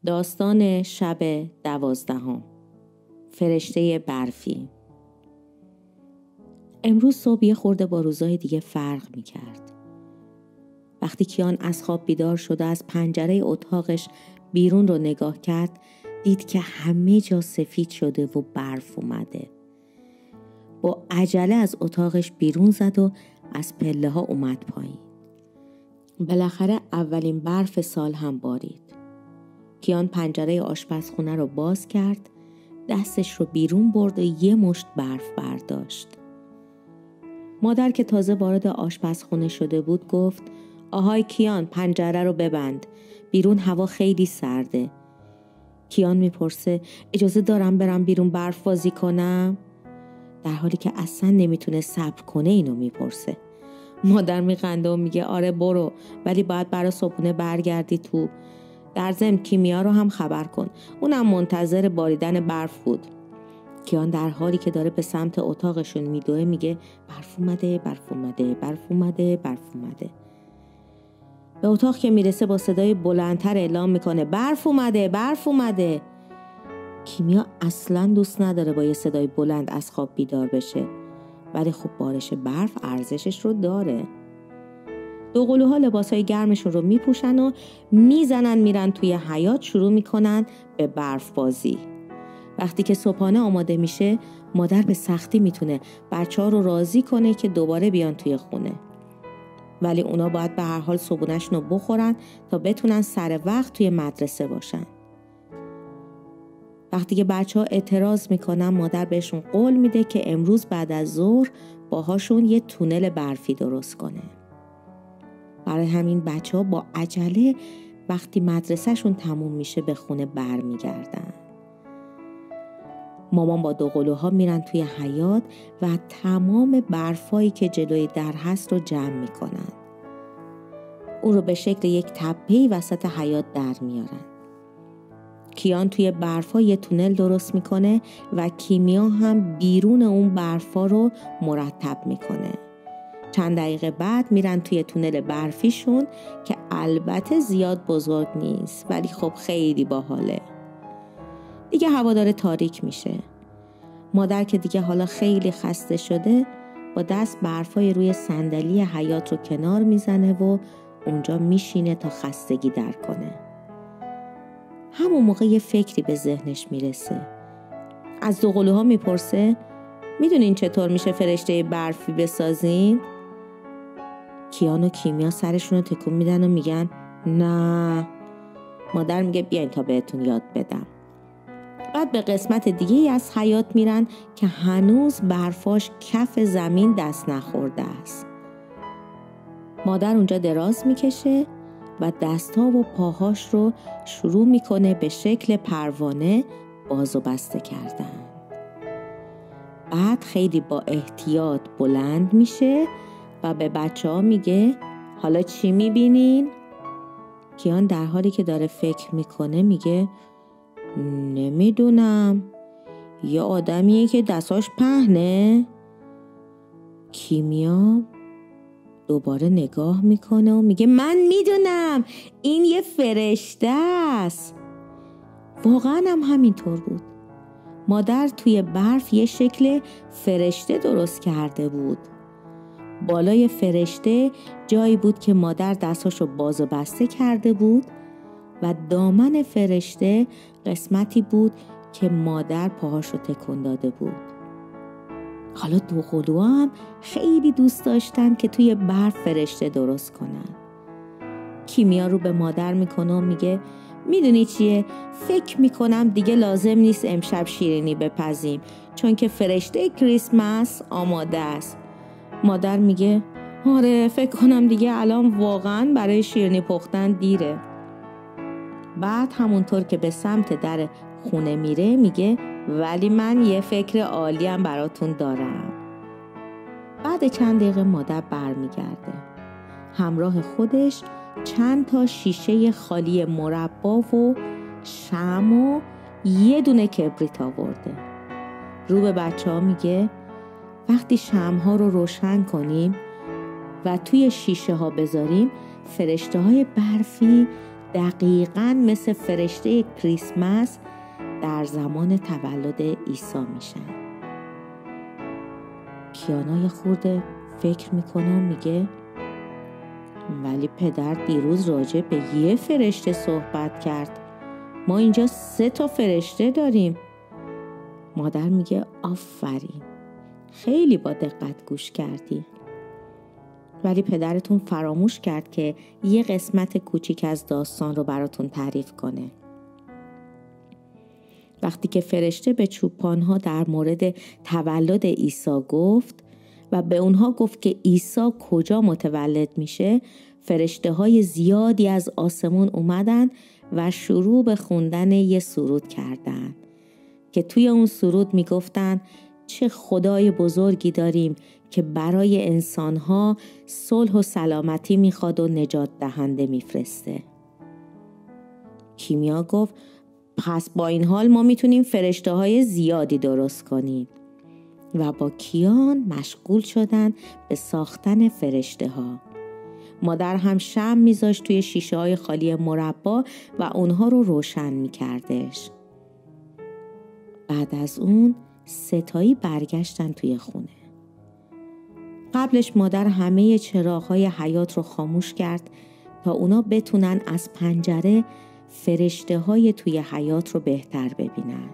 داستان شب 12. فرشته برفی. امروز صبح یه خورده با روزای دیگه فرق میکرد. وقتی کیان از خواب بیدار شده از پنجره اتاقش بیرون رو نگاه کرد، دید که همه جا سفید شده و برف اومده. با عجله از اتاقش بیرون زد و از پله ها اومد پایین. بالاخره اولین برف سال هم بارید. کیان پنجره آشپزخونه رو باز کرد، دستش رو بیرون برد و یه مشت برف برداشت. مادر که تازه وارد آشپزخونه شده بود گفت: آهای کیان، پنجره رو ببند، بیرون هوا خیلی سرده. کیان میپرسه: اجازه دارم برم بیرون برف بازی کنم؟ در حالی که اصلا نمیتونه صبر کنه اینو میپرسه. مادر میخنده و میگه: آره برو، ولی باید برای صبحونه برگردی تو. در ضمن کیمیا رو هم خبر کن، اونم منتظر باریدن برف بود. کیان در حالی که داره به سمت اتاقشون میدوه میگه: برف اومده، برف اومده، برف اومده، برف اومده. به اتاق که میرسه با صدای بلندتر اعلام میکنه: برف اومده، برف اومده. کیمیا اصلا دوست نداره با یه صدای بلند از خواب بیدار بشه، ولی خب بارش برف ارزشش رو داره. دو قلوها لباسای گرمشون رو میپوشن و میزنن میرن توی حیاط، شروع میکنن به برف بازی. وقتی که صبحانه آماده میشه، مادر به سختی میتونه بچه‌ها رو راضی کنه که دوباره بیان توی خونه. ولی اونا باید به هر حال صبحونه‌شون رو بخورن تا بتونن سر وقت توی مدرسه باشن. وقتی که بچه‌ها اعتراض میکنن، مادر بهشون قول میده که امروز بعد از ظهر باهاشون یه تونل برفی درست کنه. برای همین بچه‌ها با عجله وقتی مدرسه‌شون تموم میشه به خونه برمیگردن. مامان با دو قلوها میرن توی حیاط و تمام برفایی که جلوی در هست رو جمع میکنن. اون رو به شکل یک تپه‌ای وسط حیاط در میارن. کیان توی برفا یه تونل درست میکنه و کیمیا هم بیرون اون برفا رو مرتب میکنه. چند دقیقه بعد میرن توی تونل برفیشون که البته زیاد بزرگ نیست، ولی خب خیلی باحاله. دیگه هوا داره تاریک میشه. مادر که دیگه حالا خیلی خسته شده، با دست برفای روی صندلی حیاط رو کنار میزنه و اونجا میشینه تا خستگی در کنه. همون موقع یه فکری به ذهنش میرسه. از دو قلوها میپرسه: میدونین چطور میشه فرشته برفی بسازین؟ کیان و کیمیا سرشون رو تکون میدن و میگن: نه. مادر میگه: بیاین تا بهتون یاد بدم. بعد به قسمت دیگه از حیاط میرن که هنوز برفاش کف زمین دست نخورده است. مادر اونجا دراز میکشه و دستها و پاهاش رو شروع میکنه به شکل پروانه باز و بسته کردن. بعد خیلی با احتیاط بلند میشه و به بچه‌ها میگه: حالا چی میبینین؟ کیان در حالی که داره فکر میکنه میگه: نمیدونم، یه آدمیه که دستاش پهنه. کیمیا دوباره نگاه میکنه و میگه: من میدونم، این یه فرشته است. واقعا هم همینطور بود. مادر توی برف یه شکل فرشته درست کرده بود. بالای فرشته جایی بود که مادر دستاشو باز و بسته کرده بود و دامن فرشته قسمتی بود که مادر پاهاشو تکون داده بود. حالا دو قلوها هم خیلی دوست داشتن که توی برف فرشته درست کنن. کیمیا رو به مادر میکنه و میگه: میدونی چیه؟ فکر میکنم دیگه لازم نیست امشب شیرینی بپزیم، چون که فرشته کریسمس آماده است. مادر میگه: آره، فکر کنم دیگه الان واقعا برای شیرینی پختن دیره. بعد همونطور که به سمت در خونه میره میگه: ولی من یه فکر عالی هم براتون دارم. بعد چند دقیقه مادر برمیگرده. همراه خودش چند تا شیشه خالی مربا و شمع و یه دونه کبریت آورده. رو به بچه‌ها میگه: وقتی شمع‌ها رو روشن کنیم و توی شیشه ها بذاریم، فرشته های برفی دقیقاً مثل فرشته کریسمس در زمان تولد عیسی میشن. کیانا یه خورده فکر میکنه و میگه ولی پدر دیروز راجع به یه فرشته صحبت کرد. ما اینجا 3 فرشته داریم. مادر میگه آفرین، خیلی با دقت گوش کردی. ولی پدرتون فراموش کرد که یه قسمت کوچیک از داستان رو براتون تعریف کنه. وقتی که فرشته به چوپانها در مورد تولد عیسی گفت و به اونها گفت که عیسی کجا متولد میشه، فرشته های زیادی از آسمون اومدن و شروع به خوندن یه سرود کردن که توی اون سرود میگفتن چه خدای بزرگی داریم که برای انسانها صلح و سلامتی میخواد و نجات دهنده میفرسته. کیمیا گفت پس با این حال ما میتونیم فرشته های زیادی درست کنیم و با کیان مشغول شدن به ساختن فرشته ها. مادر هم شمع میذاشت توی شیشه های خالی مربا و اونها رو روشن میکردش. بعد از اون 3 برگشتن توی خونه. قبلش مادر همه چراغ‌های حیاط رو خاموش کرد تا اونا بتونن از پنجره فرشته‌های توی حیاط رو بهتر ببینن.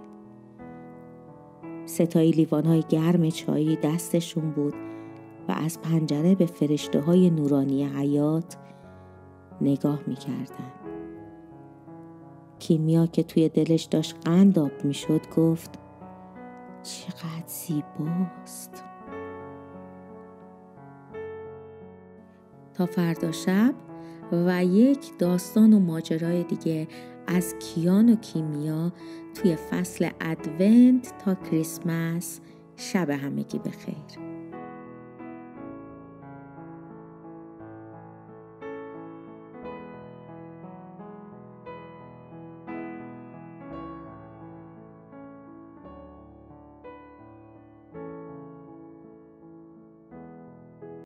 3 لیوان‌های گرم چایی دستشون بود و از پنجره به فرشته‌های نورانی حیاط نگاه می‌کردن. کیمیا که توی دلش داشت قند آب می‌شد گفت چقدر زیباست. تا فردا شب و یک داستان و ماجرای دیگه از کیان و کیمیا توی فصل ادونت تا کریسمس. شب همگی بخیر.